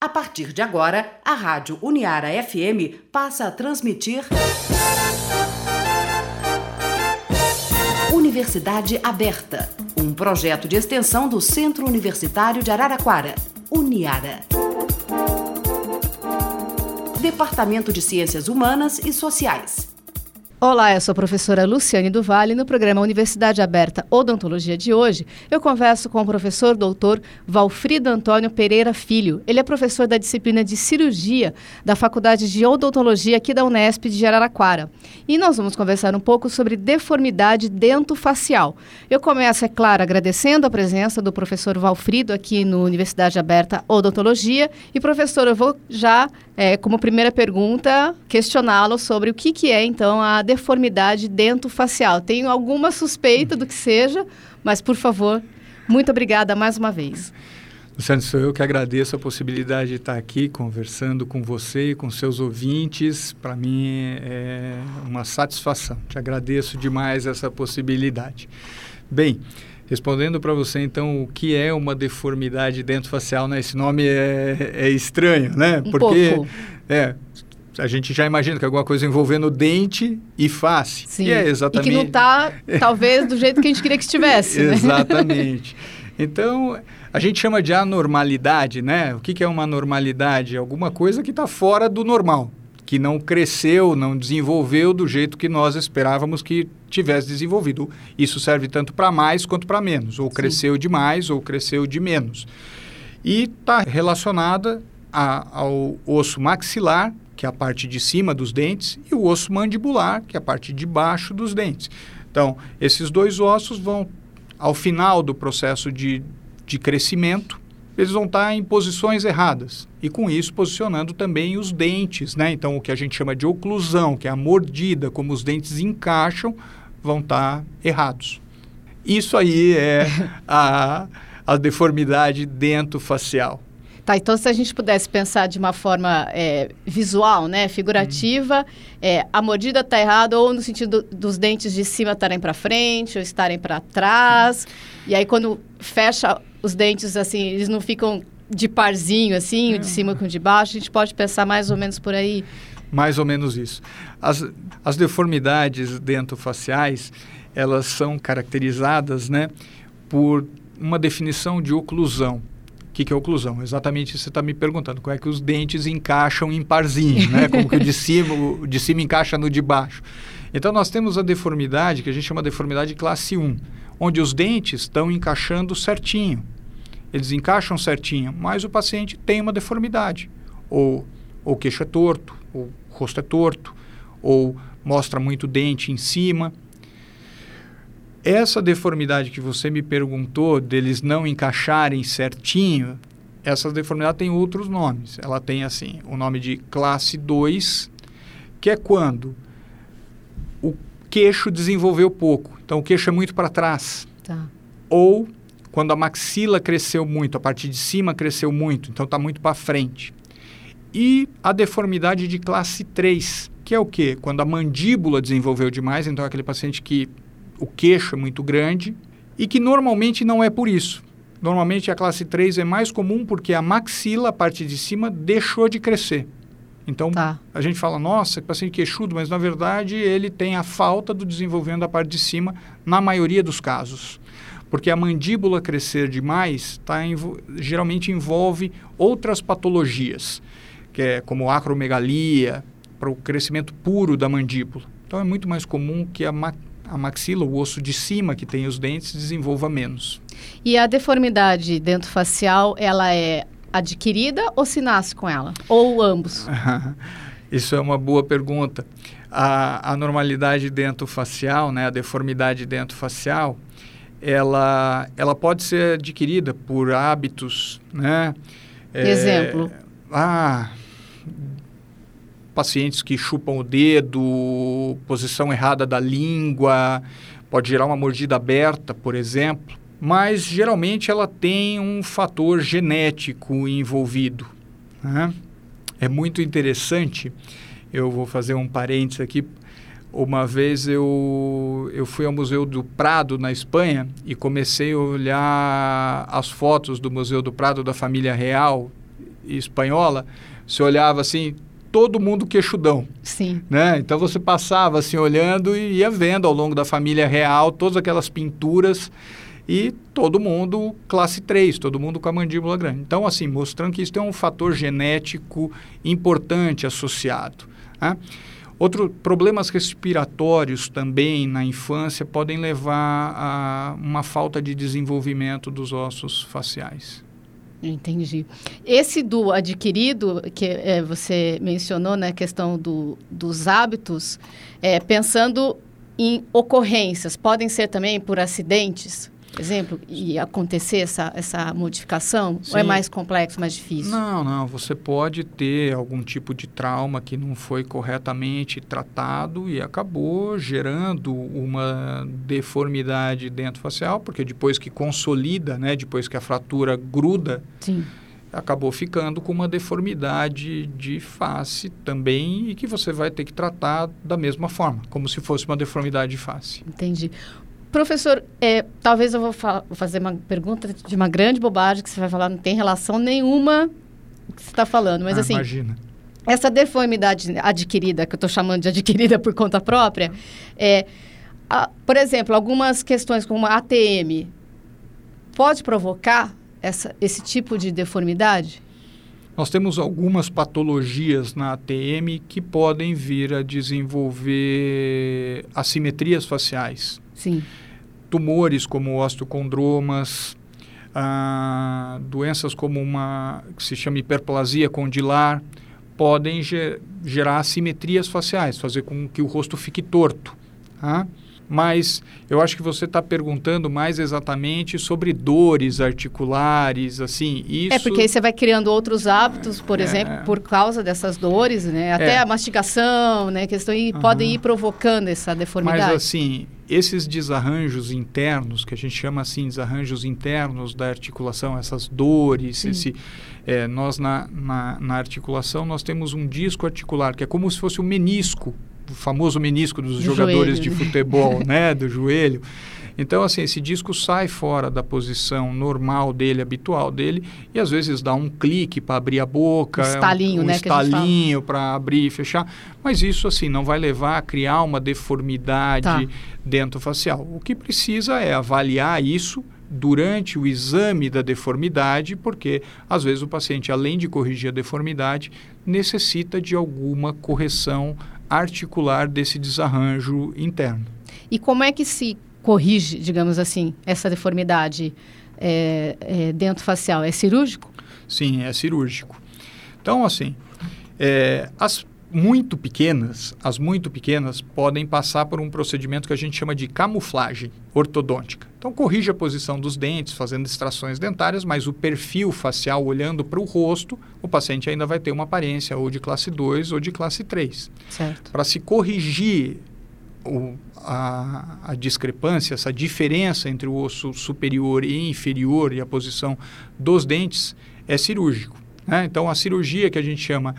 A partir de agora, a Rádio Uniara FM passa a transmitir Universidade Aberta, um projeto de extensão do Centro Universitário de Araraquara, Uniara. Departamento de Ciências Humanas e Sociais. Olá, eu sou a professora Luciane do Vale. No programa Universidade Aberta Odontologia de hoje, eu converso com o professor doutor Valfrido Antônio Pereira Filho. Ele é professor da disciplina de cirurgia da Faculdade de Odontologia aqui da Unesp de Araraquara. E nós vamos conversar um pouco sobre deformidade dentofacial. Eu começo, é claro, agradecendo a presença do professor Valfrido aqui no Universidade Aberta Odontologia. E, professor, eu vou já, como primeira pergunta, questioná-lo sobre o que é, então, a deformidade dentofacial. Tenho alguma suspeita do que seja, mas, por favor, muito obrigada mais uma vez. Luciano, sou eu que agradeço a possibilidade de estar aqui conversando com você e com seus ouvintes. Para mim é uma satisfação. Te agradeço demais essa possibilidade. Bem, respondendo para você, então, o que é uma deformidade dentofacial, né? Esse nome é estranho, né? Porque pouco. A gente já imagina que é alguma coisa envolvendo dente e face. Sim. E é exatamente... E que não está, talvez, do jeito que a gente queria que estivesse. Né? Exatamente. Então, a gente chama de anormalidade, né? O que é uma anormalidade? Alguma coisa que está fora do normal, que não cresceu, não desenvolveu do jeito que nós esperávamos que tivesse desenvolvido. Isso serve tanto para mais quanto para menos. Ou cresceu demais ou cresceu de menos. E está relacionada ao osso maxilar, que é a parte de cima dos dentes, e o osso mandibular, que é a parte de baixo dos dentes. Então, esses dois ossos vão, ao final do processo de crescimento, eles vão estar em posições erradas. E, com isso, posicionando também os dentes, né? Então, o que a gente chama de oclusão, que é a mordida, como os dentes encaixam, vão estar errados. Isso aí é a deformidade dentofacial. Tá, então se a gente pudesse pensar de uma forma visual, né, figurativa, a mordida está errada ou no sentido dos dentes de cima estarem para frente ou estarem para trás, e aí quando fecha os dentes, assim, eles não ficam de parzinho, assim, o de cima com o de baixo, a gente pode pensar mais ou menos por aí? Mais ou menos isso. As deformidades dentofaciais, elas são caracterizadas, né, por uma definição de oclusão. O que é oclusão? Exatamente isso que você está me perguntando. Como é que os dentes encaixam em parzinho, né? Como que o de cima encaixa no de baixo. Então, nós temos a deformidade, que a gente chama de deformidade classe 1, onde os dentes estão encaixando certinho. Eles encaixam certinho, mas o paciente tem uma deformidade. Ou o queixo é torto, ou o rosto é torto, ou mostra muito dente em cima. Essa deformidade que você me perguntou, deles não encaixarem certinho, essa deformidade tem outros nomes. Ela tem, assim, o nome de classe 2, que é quando o queixo desenvolveu pouco. Então, o queixo é muito para trás. Tá. Ou quando a maxila cresceu muito, a parte de cima cresceu muito, então está muito para frente. E a deformidade de classe 3, que é o quê? Quando a mandíbula desenvolveu demais, então é aquele paciente que o queixo é muito grande e que normalmente não é por isso. Normalmente a classe 3 é mais comum porque a maxila, a parte de cima, deixou de crescer. Então, A gente fala, nossa, que paciente queixudo, mas na verdade ele tem a falta do desenvolvimento da parte de cima na maioria dos casos. Porque a mandíbula crescer demais geralmente envolve outras patologias, que é como acromegalia, para o crescimento puro da mandíbula. Então é muito mais comum que a maxila, o osso de cima que tem os dentes, desenvolva menos. E a deformidade dentofacial, ela é adquirida ou se nasce com ela? Ou ambos? Isso é uma boa pergunta. A anormalidade dentofacial, né, a deformidade dentofacial, ela pode ser adquirida por hábitos, né? Exemplo? Pacientes que chupam o dedo, posição errada da língua, pode gerar uma mordida aberta, por exemplo. Mas, geralmente, ela tem um fator genético envolvido, né? É muito interessante, eu vou fazer um parênteses aqui. Uma vez eu fui ao Museu do Prado, na Espanha, e comecei a olhar as fotos do Museu do Prado da família real, espanhola, você olhava assim, todo mundo queixudão. Sim. Né? Então você passava assim olhando e ia vendo ao longo da família real todas aquelas pinturas e todo mundo classe 3, todo mundo com a mandíbula grande. Então, assim, mostrando que isso tem um fator genético importante associado. Né? Problemas respiratórios também na infância podem levar a uma falta de desenvolvimento dos ossos faciais. Entendi. Esse do adquirido, que você mencionou, né, a questão dos hábitos, pensando em ocorrências, podem ser também por acidentes, por exemplo, e acontecer essa modificação? Sim. Ou é mais complexo, mais difícil? Não. Você pode ter algum tipo de trauma que não foi corretamente tratado e acabou gerando uma deformidade dentofacial, porque depois que consolida, né, depois que a fratura gruda, sim, acabou ficando com uma deformidade de face também e que você vai ter que tratar da mesma forma, como se fosse uma deformidade de face. Entendi. Professor, talvez eu vou fazer uma pergunta de uma grande bobagem que você vai falar, não tem relação nenhuma com o que você está falando, mas assim, imagina. Essa deformidade adquirida, que eu estou chamando de adquirida por conta própria, por exemplo, algumas questões como a ATM, pode provocar esse tipo de deformidade? Nós temos algumas patologias na ATM que podem vir a desenvolver assimetrias faciais. Sim. Tumores como osteocondromas, doenças como que se chama hiperplasia condilar, podem gerar assimetrias faciais, fazer com que o rosto fique torto. Tá? Mas eu acho que você está perguntando mais exatamente sobre dores articulares, assim, isso... porque aí você vai criando outros hábitos, por exemplo, por causa dessas dores, né? Até a mastigação, né? Podem ir provocando essa deformidade. Mas, assim, esses desarranjos internos, que a gente chama assim, desarranjos internos da articulação, essas dores, nós na articulação, nós temos um disco articular, que é como se fosse um menisco, o famoso menisco dos jogadores de futebol, né, do joelho. Então, assim, esse disco sai fora da posição normal dele, habitual dele, e às vezes dá um clique para abrir a boca, estalinho, um estalinho para abrir e fechar, mas isso, assim, não vai levar a criar uma deformidade dentofacial. O que precisa é avaliar isso durante o exame da deformidade, porque às vezes o paciente, além de corrigir a deformidade, necessita de alguma correção articular desse desarranjo interno. E como é que se corrige, digamos assim, essa deformidade dentofacial? É cirúrgico? Sim, é cirúrgico. Então, assim, as muito pequenas podem passar por um procedimento que a gente chama de camuflagem ortodôntica. Então, corrige a posição dos dentes, fazendo extrações dentárias, mas o perfil facial, olhando para o rosto, o paciente ainda vai ter uma aparência ou de classe 2 ou de classe 3. Certo. Para se corrigir a discrepância, essa diferença entre o osso superior e inferior e a posição dos dentes, é cirúrgico. Né? Então, a cirurgia que a gente chama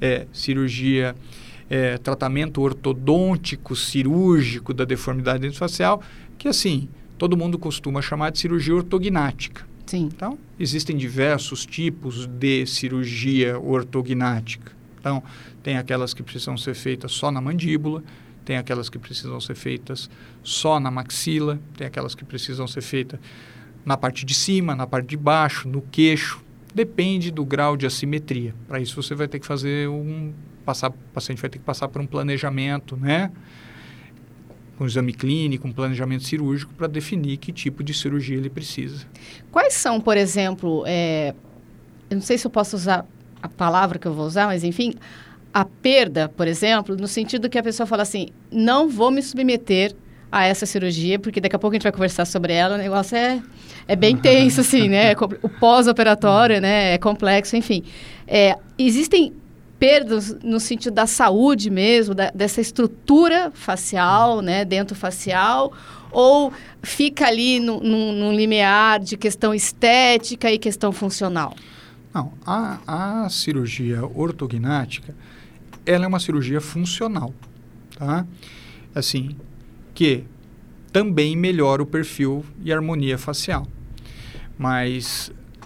tratamento ortodôntico cirúrgico da deformidade dentofacial, que assim, todo mundo costuma chamar de cirurgia ortognática. Sim. Então, existem diversos tipos de cirurgia ortognática. Então, tem aquelas que precisam ser feitas só na mandíbula, tem aquelas que precisam ser feitas só na maxila, tem aquelas que precisam ser feitas na parte de cima, na parte de baixo, no queixo. Depende do grau de assimetria. Para isso você vai ter que fazer o paciente vai ter que passar por um planejamento, né? Um exame clínico, um planejamento cirúrgico para definir que tipo de cirurgia ele precisa. Quais são, por exemplo, eu não sei se eu posso usar a palavra que eu vou usar, mas enfim, a perda, por exemplo, no sentido que a pessoa fala assim, não vou me submeter a essa cirurgia, porque daqui a pouco a gente vai conversar sobre ela, o negócio é bem tenso, assim, né? O pós-operatório, né? É complexo, enfim. Existem perdas no sentido da saúde mesmo, dessa estrutura facial, né? Dentofacial, ou fica ali num limiar de questão estética e questão funcional? Não, a cirurgia ortognática, ela é uma cirurgia funcional, tá? Assim, que também melhora o perfil e a harmonia facial. Mas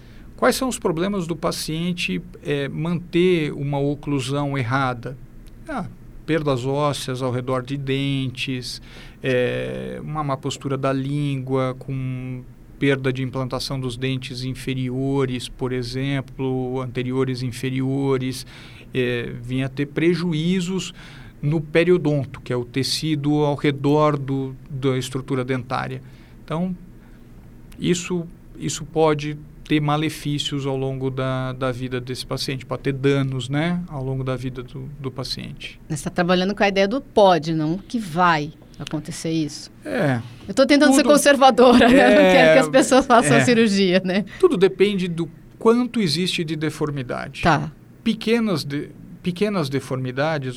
Quais são os problemas do paciente manter uma oclusão errada? Perdas ósseas ao redor de dentes, uma má postura da língua, com perda de implantação dos dentes inferiores, por exemplo, anteriores e inferiores, vinha a ter prejuízos no periodonto, que é o tecido ao redor da estrutura dentária. Então, isso pode ter malefícios ao longo da vida desse paciente, pode ter danos, né, ao longo da vida do paciente. Você está trabalhando com a ideia do pode, não que vai acontecer isso. Eu estou tentando ser conservadora, né? Eu não quero que as pessoas façam a cirurgia, né? Tudo depende do quanto existe de deformidade. Tá. Pequenas deformidades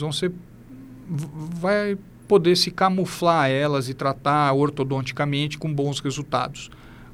vai poder se camuflar elas e tratar ortodonticamente com bons resultados.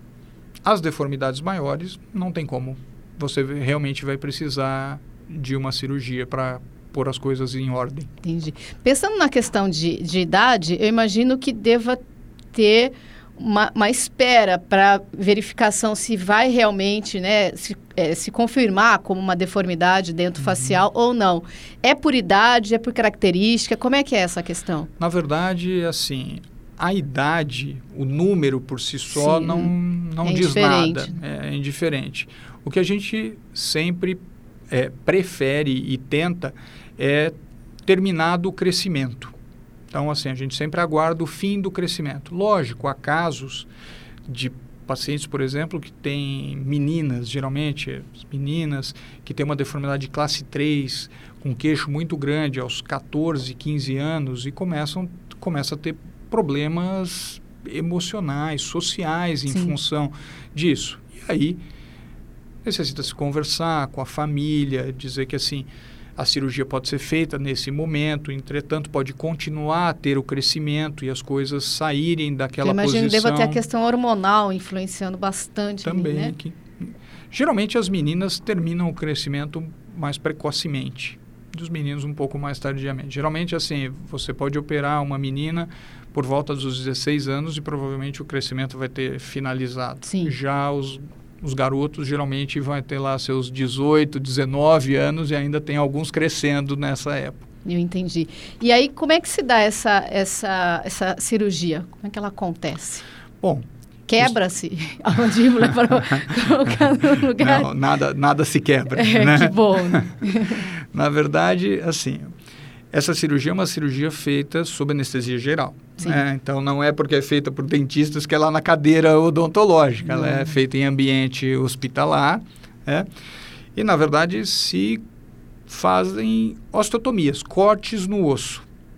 As deformidades maiores, não tem como. Você realmente vai precisar de uma cirurgia para pôr as coisas em ordem. Entendi. Pensando na questão de idade, eu imagino que deva ter uma espera para verificação se vai realmente, né, se confirmar como uma deformidade dentofacial ou não. É por idade, é por característica? Como é que é essa questão? Na verdade, assim, a idade, o número por si só não diz nada. É indiferente. O que a gente sempre prefere e tenta é terminar o crescimento. Então, assim, a gente sempre aguarda o fim do crescimento. Lógico, há casos de pacientes, por exemplo, que têm meninas, geralmente meninas, que têm uma deformidade de classe 3, com um queixo muito grande aos 14, 15 anos e começa a ter problemas emocionais, sociais em função disso. E aí, necessita se conversar com a família, dizer que, assim, a cirurgia pode ser feita nesse momento, entretanto, pode continuar a ter o crescimento e as coisas saírem daquela posição. Eu imagino que deva ter a questão hormonal influenciando bastante. Também. Ali, né? Geralmente, as meninas terminam o crescimento mais precocemente, dos meninos um pouco mais tardiamente. Geralmente, assim, você pode operar uma menina por volta dos 16 anos e provavelmente o crescimento vai ter finalizado. Sim. Já os garotos geralmente vão ter lá seus 18, 19 anos e ainda tem alguns crescendo nessa época. Eu entendi. E aí, como é que se dá essa cirurgia? Como é que ela acontece? Bom... Quebra-se a mandíbula para colocar no lugar? Não, nada se quebra. Né? Que bom. Na verdade, assim... Essa cirurgia é uma cirurgia feita sob anestesia geral. Né? Então, não é porque é feita por dentistas que é lá na cadeira odontológica. Ela é feita em ambiente hospitalar. Né? E, na verdade, se fazem osteotomias, cortes no osso.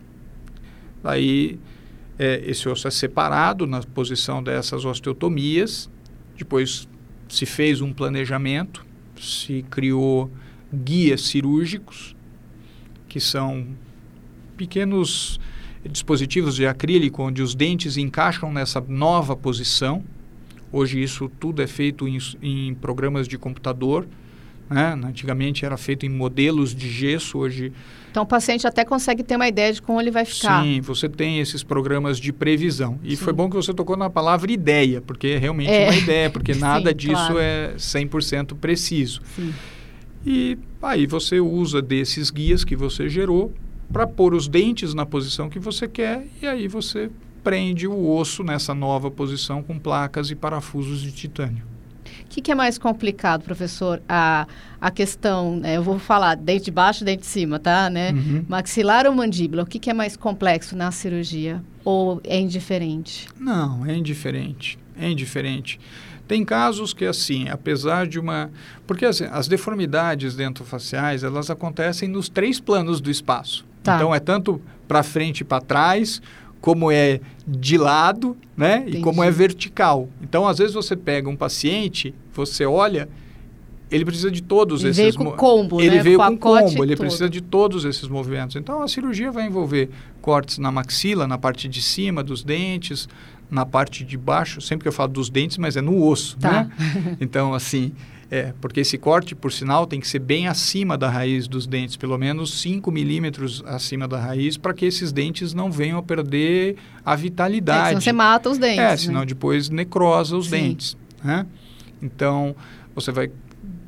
Aí, esse osso é separado na posição dessas osteotomias. Depois, se fez um planejamento, se criou guias cirúrgicos, que são pequenos dispositivos de acrílico onde os dentes encaixam nessa nova posição. Hoje isso tudo é feito em programas de computador, né? Antigamente era feito em modelos de gesso, hoje... Então o paciente até consegue ter uma ideia de como ele vai ficar. Sim, você tem esses programas de previsão. E foi bom que você tocou na palavra ideia, porque é realmente uma ideia, porque nada disso é 100% preciso. Sim. E aí você usa desses guias que você gerou para pôr os dentes na posição que você quer e aí você prende o osso nessa nova posição com placas e parafusos de titânio. O que é mais complicado, professor? A questão, eu vou falar dente de baixo e dente de cima, tá? Né? Maxilar ou mandíbula? O que é mais complexo na cirurgia? Ou é indiferente? Não, é indiferente. É indiferente. Tem casos que, assim, apesar de uma... Porque assim, as deformidades dentofaciais, elas acontecem nos 3 planos do espaço. Tá. Então, é tanto para frente e para trás, como é de lado, né? Entendi. E como é vertical. Então, às vezes, você pega um paciente, você olha, ele precisa de todos esses... Ele veio com combo, Ele né? veio com combo, ele precisa de todos esses movimentos. Então, a cirurgia vai envolver cortes na maxila, na parte de cima dos dentes, na parte de baixo, sempre que eu falo dos dentes, mas é no osso, né? Então, assim, porque esse corte, por sinal, tem que ser bem acima da raiz dos dentes, pelo menos 5 milímetros acima da raiz, para que esses dentes não venham a perder a vitalidade. Senão você mata os dentes. Senão depois necrosa os dentes, né? Então, você vai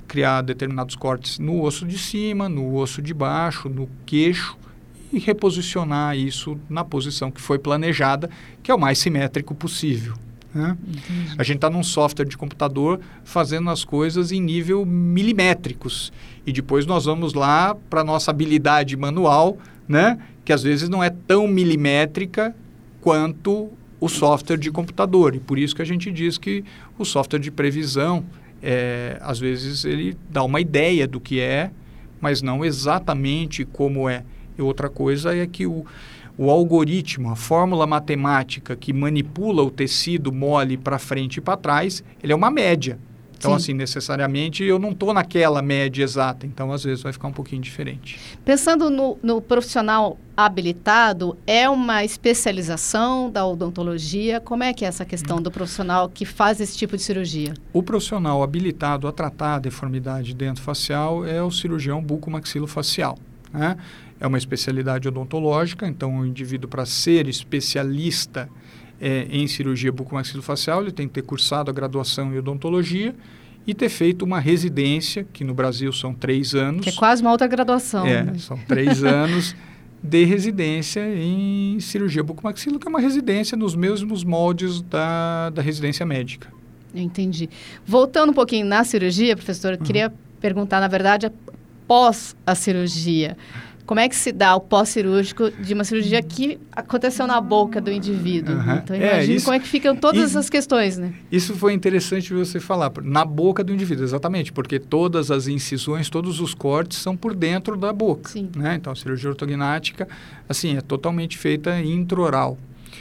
criar determinados cortes no osso de cima, no osso de baixo, no queixo, e reposicionar isso na posição que foi planejada, que é o mais simétrico possível, né? A gente está num software de computador fazendo as coisas em nível milimétricos, e depois nós vamos lá para a nossa habilidade manual, né? Que às vezes não é tão milimétrica quanto o software de computador, e por isso que a gente diz que o software de previsão, às vezes ele dá uma ideia do que é, mas não exatamente como é. E outra coisa é que o algoritmo, a fórmula matemática que manipula o tecido mole para frente e para trás, ele é uma média. Então, assim, necessariamente eu não estou naquela média exata. Então, às vezes, vai ficar um pouquinho diferente. Pensando no profissional habilitado, é uma especialização da odontologia? Como é que é essa questão do profissional que faz esse tipo de cirurgia? O profissional habilitado a tratar a deformidade dentofacial é o cirurgião bucomaxilofacial, né? É uma especialidade odontológica, então o indivíduo, para ser especialista em cirurgia bucomaxilofacial, ele tem que ter cursado a graduação em odontologia e ter feito uma residência, que no Brasil são 3 anos. Que é quase uma outra graduação. Né? São 3 anos de residência em cirurgia bucomaxilo, que é uma residência nos mesmos moldes da residência médica. Entendi. Voltando um pouquinho na cirurgia, professor, eu queria perguntar, na verdade, após a cirurgia. Como é que se dá o pós-cirúrgico de uma cirurgia que aconteceu na boca do indivíduo? Então, imagina como é que ficam todas essas questões, né? Isso foi interessante você falar. Na boca do indivíduo, exatamente, porque todas as incisões, todos os cortes são por dentro da boca. Sim. Né? Então, a cirurgia ortognática, assim, é totalmente feita intraoral.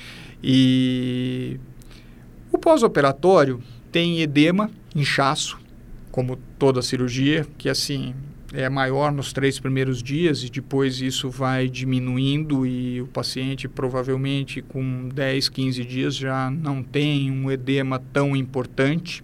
E o pós-operatório tem edema, inchaço, como toda cirurgia, que assim é maior nos 3 primeiros dias e depois isso vai diminuindo e o paciente provavelmente com 10, 15 dias já não tem um edema tão importante.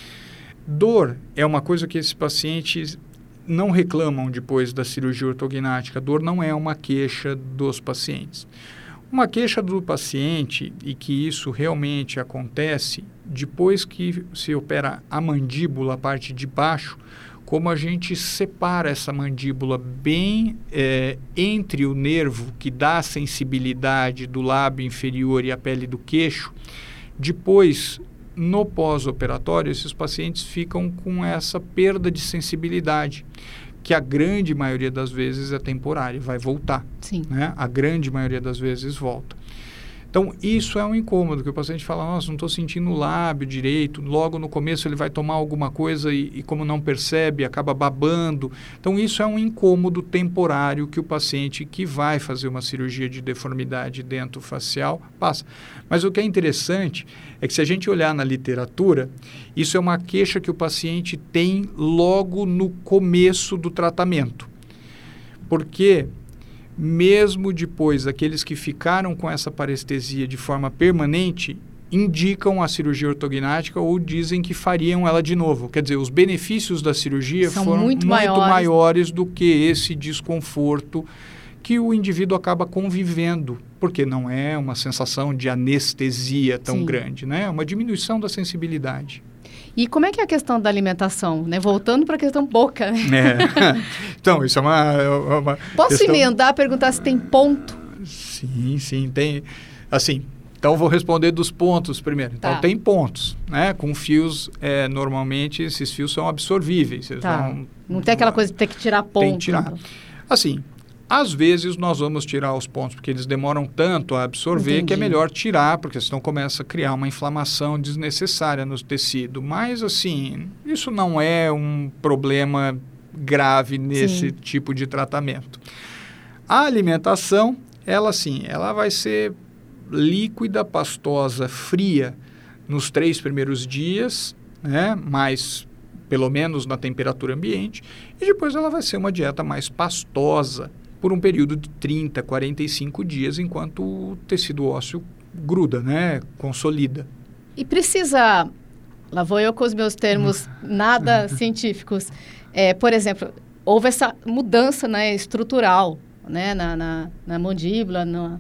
Dor é uma coisa que esses pacientes não reclamam depois da cirurgia ortognática. Dor não é uma queixa dos pacientes. Uma queixa do paciente, e que isso realmente acontece, depois que se opera a mandíbula, a parte de baixo, como a gente separa essa mandíbula bem entre o nervo que dá a sensibilidade do lábio inferior e a pele do queixo, depois, no pós-operatório, esses pacientes ficam com essa perda de sensibilidade, que a grande maioria das vezes é temporária, vai voltar. Sim. Né? A grande maioria das vezes volta. Então, isso é um incômodo, que o paciente fala, nossa, não estou sentindo o lábio direito, logo no começo ele vai tomar alguma coisa e como não percebe, acaba babando. Então, isso é um incômodo temporário que o paciente que vai fazer uma cirurgia de deformidade dentofacial passa. Mas o que é interessante é que se a gente olhar na literatura, isso é uma queixa que o paciente tem logo no começo do tratamento. Porque mesmo depois, aqueles que ficaram com essa parestesia de forma permanente indicam a cirurgia ortognática ou dizem que fariam ela de novo. Quer dizer, os benefícios da cirurgia foram muito maiores do que esse desconforto que o indivíduo acaba convivendo, porque não é uma sensação de anestesia tão grande, né? É uma diminuição da sensibilidade. E como é que é a questão da alimentação, né? Voltando para a questão boca, né? Então, isso é uma Posso emendar, perguntar se tem ponto? Sim, tem. Assim, então vou responder dos pontos primeiro. Então, tem pontos, né? Com fios, normalmente, esses fios são absorvíveis. Não tem aquela coisa de ter que tirar ponto. Tem que tirar. Assim, às vezes nós vamos tirar os pontos, porque eles demoram tanto a absorver. Entendi. Que é melhor tirar, porque senão começa a criar uma inflamação desnecessária no tecido. Mas, assim, isso não é um problema grave nesse tipo de tratamento. A alimentação, ela vai ser líquida, pastosa, fria nos 3 primeiros dias, né? Mais, pelo menos na temperatura ambiente, e depois ela vai ser uma dieta mais pastosa, por um período de 30, 45 dias, enquanto o tecido ósseo gruda, né? Consolida. E precisa, lá vou eu com os meus termos nada científicos, por exemplo, houve essa mudança, né, estrutural, né, na mandíbula,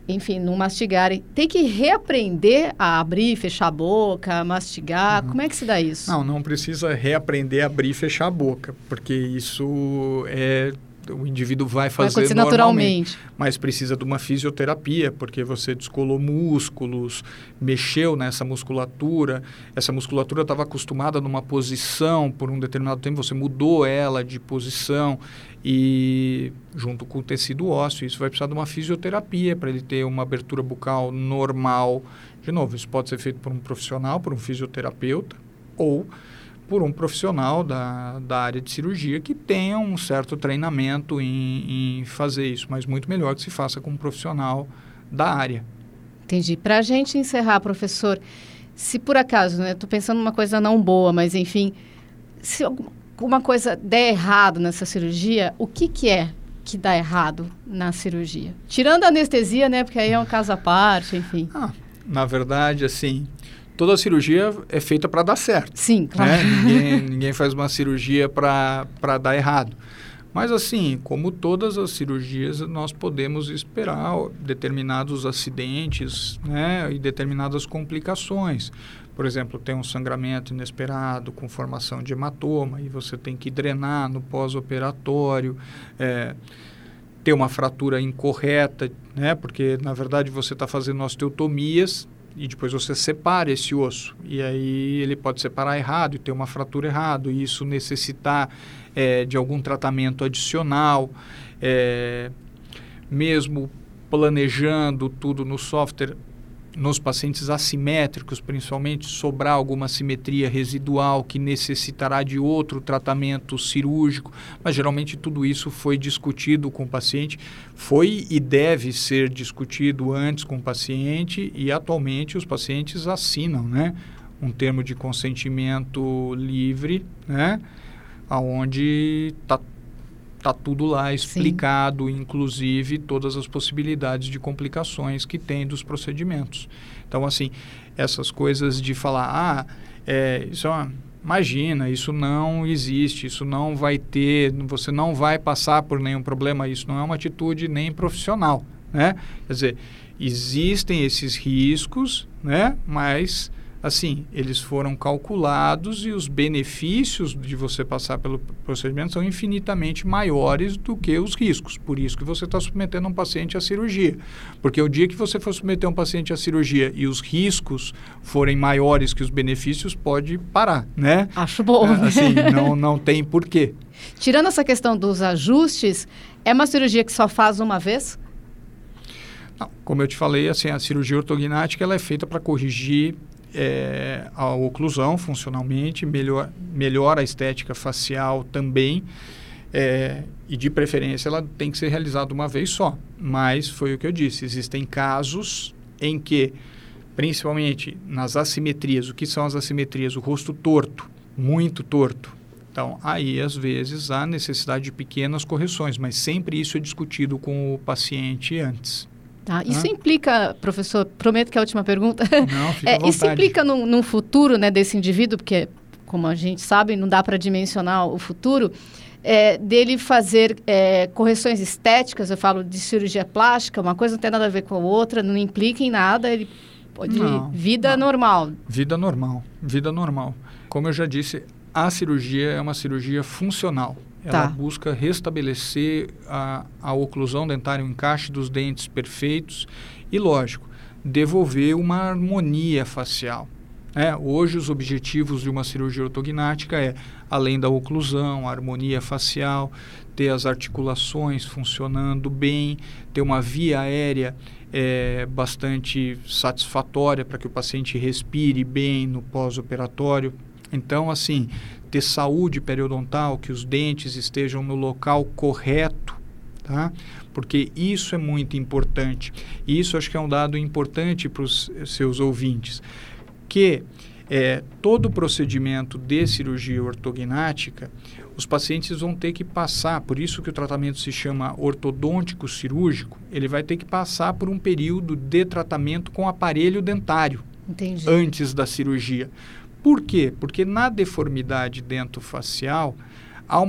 enfim, não mastigarem, tem que reaprender a abrir, fechar a boca, mastigar? Como é que se dá isso? Não precisa reaprender a abrir e fechar a boca, porque isso o indivíduo vai fazer naturalmente, mas precisa de uma fisioterapia, porque você descolou músculos, mexeu nessa musculatura, essa musculatura estava acostumada numa posição por um determinado tempo, você mudou ela de posição e junto com o tecido ósseo, isso vai precisar de uma fisioterapia para ele ter uma abertura bucal normal. De novo, isso pode ser feito por um profissional, por um fisioterapeuta ou por um profissional da área de cirurgia que tenha um certo treinamento em fazer isso, mas muito melhor que se faça com um profissional da área. Entendi. Para a gente encerrar, professor, se por acaso, né, estou pensando numa coisa não boa, mas enfim, se alguma coisa der errado nessa cirurgia, o que é que dá errado na cirurgia? Tirando a anestesia, né, porque aí é um caso à parte, enfim. Na verdade, assim, toda cirurgia é feita para dar certo. Sim, claro. Né? Ninguém faz uma cirurgia para dar errado. Mas assim, como todas as cirurgias, nós podemos esperar determinados acidentes, né, e determinadas complicações. Por exemplo, tem um sangramento inesperado com formação de hematoma e você tem que drenar no pós-operatório, ter uma fratura incorreta, né, porque na verdade você está fazendo osteotomias e depois você separa esse osso, e aí ele pode separar errado e ter uma fratura errada, e isso necessitar de algum tratamento adicional, mesmo planejando tudo no software, nos pacientes assimétricos, principalmente, sobrar alguma simetria residual que necessitará de outro tratamento cirúrgico, mas geralmente tudo isso foi discutido com o paciente, foi e deve ser discutido antes com o paciente, e atualmente os pacientes assinam, né, um termo de consentimento livre, né, onde está tudo lá explicado, sim, inclusive todas as possibilidades de complicações que tem dos procedimentos. Então, assim, essas coisas de falar, imagina, isso não existe, isso não vai ter, você não vai passar por nenhum problema, isso não é uma atitude nem profissional, né? Quer dizer, existem esses riscos, né? Mas assim, eles foram calculados e os benefícios de você passar pelo procedimento são infinitamente maiores do que os riscos. Por isso que você está submetendo um paciente à cirurgia. Porque o dia que você for submeter um paciente à cirurgia e os riscos forem maiores que os benefícios, pode parar, né? Acho bom. Assim, não tem porquê. Tirando essa questão dos ajustes, é uma cirurgia que só faz uma vez? Não, como eu te falei, assim, a cirurgia ortognática ela é feita para corrigir a oclusão funcionalmente, melhora a estética facial também, e de preferência ela tem que ser realizada uma vez só. Mas foi o que eu disse, existem casos em que, principalmente nas assimetrias, o que são as assimetrias? O rosto torto, muito torto. Então, aí às vezes há necessidade de pequenas correções, mas sempre isso é discutido com o paciente antes. Tá. Isso implica, professor, prometo que é a última pergunta, não, fica à vontade. Isso implica num futuro, né, desse indivíduo, porque, como a gente sabe, não dá para dimensionar o futuro, dele fazer correções estéticas, eu falo de cirurgia plástica, uma coisa não tem nada a ver com a outra, não implica em nada, ele pode vida normal. Vida normal. Como eu já disse, a cirurgia é uma cirurgia funcional. Ela busca restabelecer a oclusão dentária, o encaixe dos dentes perfeitos e, lógico, devolver uma harmonia facial. Hoje, os objetivos de uma cirurgia ortognática além da oclusão, a harmonia facial, ter as articulações funcionando bem, ter uma via aérea bastante satisfatória para que o paciente respire bem no pós-operatório. Então, assim, ter saúde periodontal, que os dentes estejam no local correto, tá? Porque isso é muito importante. E isso acho que é um dado importante para os seus ouvintes, que todo procedimento de cirurgia ortognática, os pacientes vão ter que passar, por isso que o tratamento se chama ortodôntico cirúrgico, ele vai ter que passar por um período de tratamento com aparelho dentário. Entendi. Antes da cirurgia. Por quê? Porque na deformidade dentofacial há uma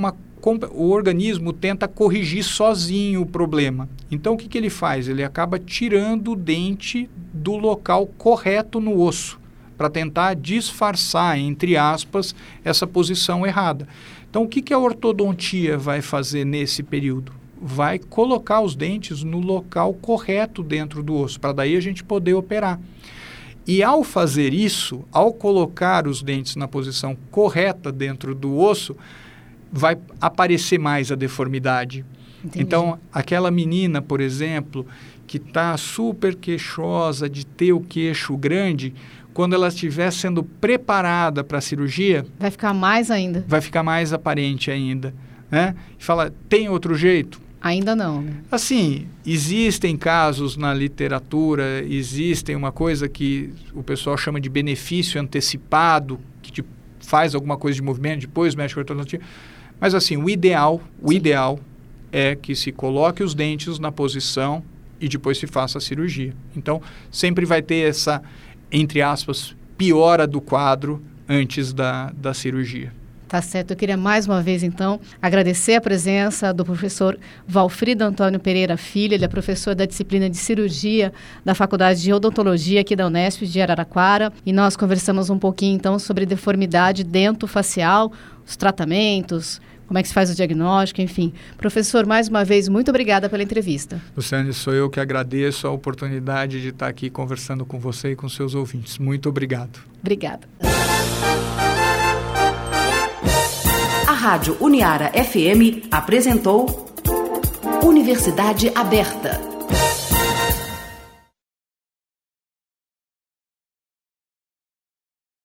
o organismo tenta corrigir sozinho o problema. Então, o que ele faz? Ele acaba tirando o dente do local correto no osso, para tentar disfarçar, entre aspas, essa posição errada. Então, o que a ortodontia vai fazer nesse período? Vai colocar os dentes no local correto dentro do osso, para daí a gente poder operar. E ao fazer isso, ao colocar os dentes na posição correta dentro do osso, vai aparecer mais a deformidade. Entendi. Então, aquela menina, por exemplo, que está super queixosa de ter o queixo grande, quando ela estiver sendo preparada para a cirurgia... Vai ficar mais ainda. Vai ficar mais aparente ainda. Né? E fala, tem outro jeito? Ainda não, né? Assim, existem casos na literatura, existem uma coisa que o pessoal chama de benefício antecipado, que te faz alguma coisa de movimento, depois mexe com a ortodontia. Mas assim, o ideal é que se coloque os dentes na posição e depois se faça a cirurgia. Então, sempre vai ter essa, entre aspas, piora do quadro antes da cirurgia. Tá certo. Eu queria mais uma vez, então, agradecer a presença do professor Valfrido Antônio Pereira Filho. Ele é professor da disciplina de cirurgia da Faculdade de Odontologia aqui da Unesp de Araraquara. E nós conversamos um pouquinho, então, sobre deformidade dentofacial, os tratamentos, como é que se faz o diagnóstico, enfim. Professor, mais uma vez, muito obrigada pela entrevista. Luciane, sou eu que agradeço a oportunidade de estar aqui conversando com você e com seus ouvintes. Muito obrigado. Obrigada. A Rádio Uniara FM apresentou Universidade Aberta.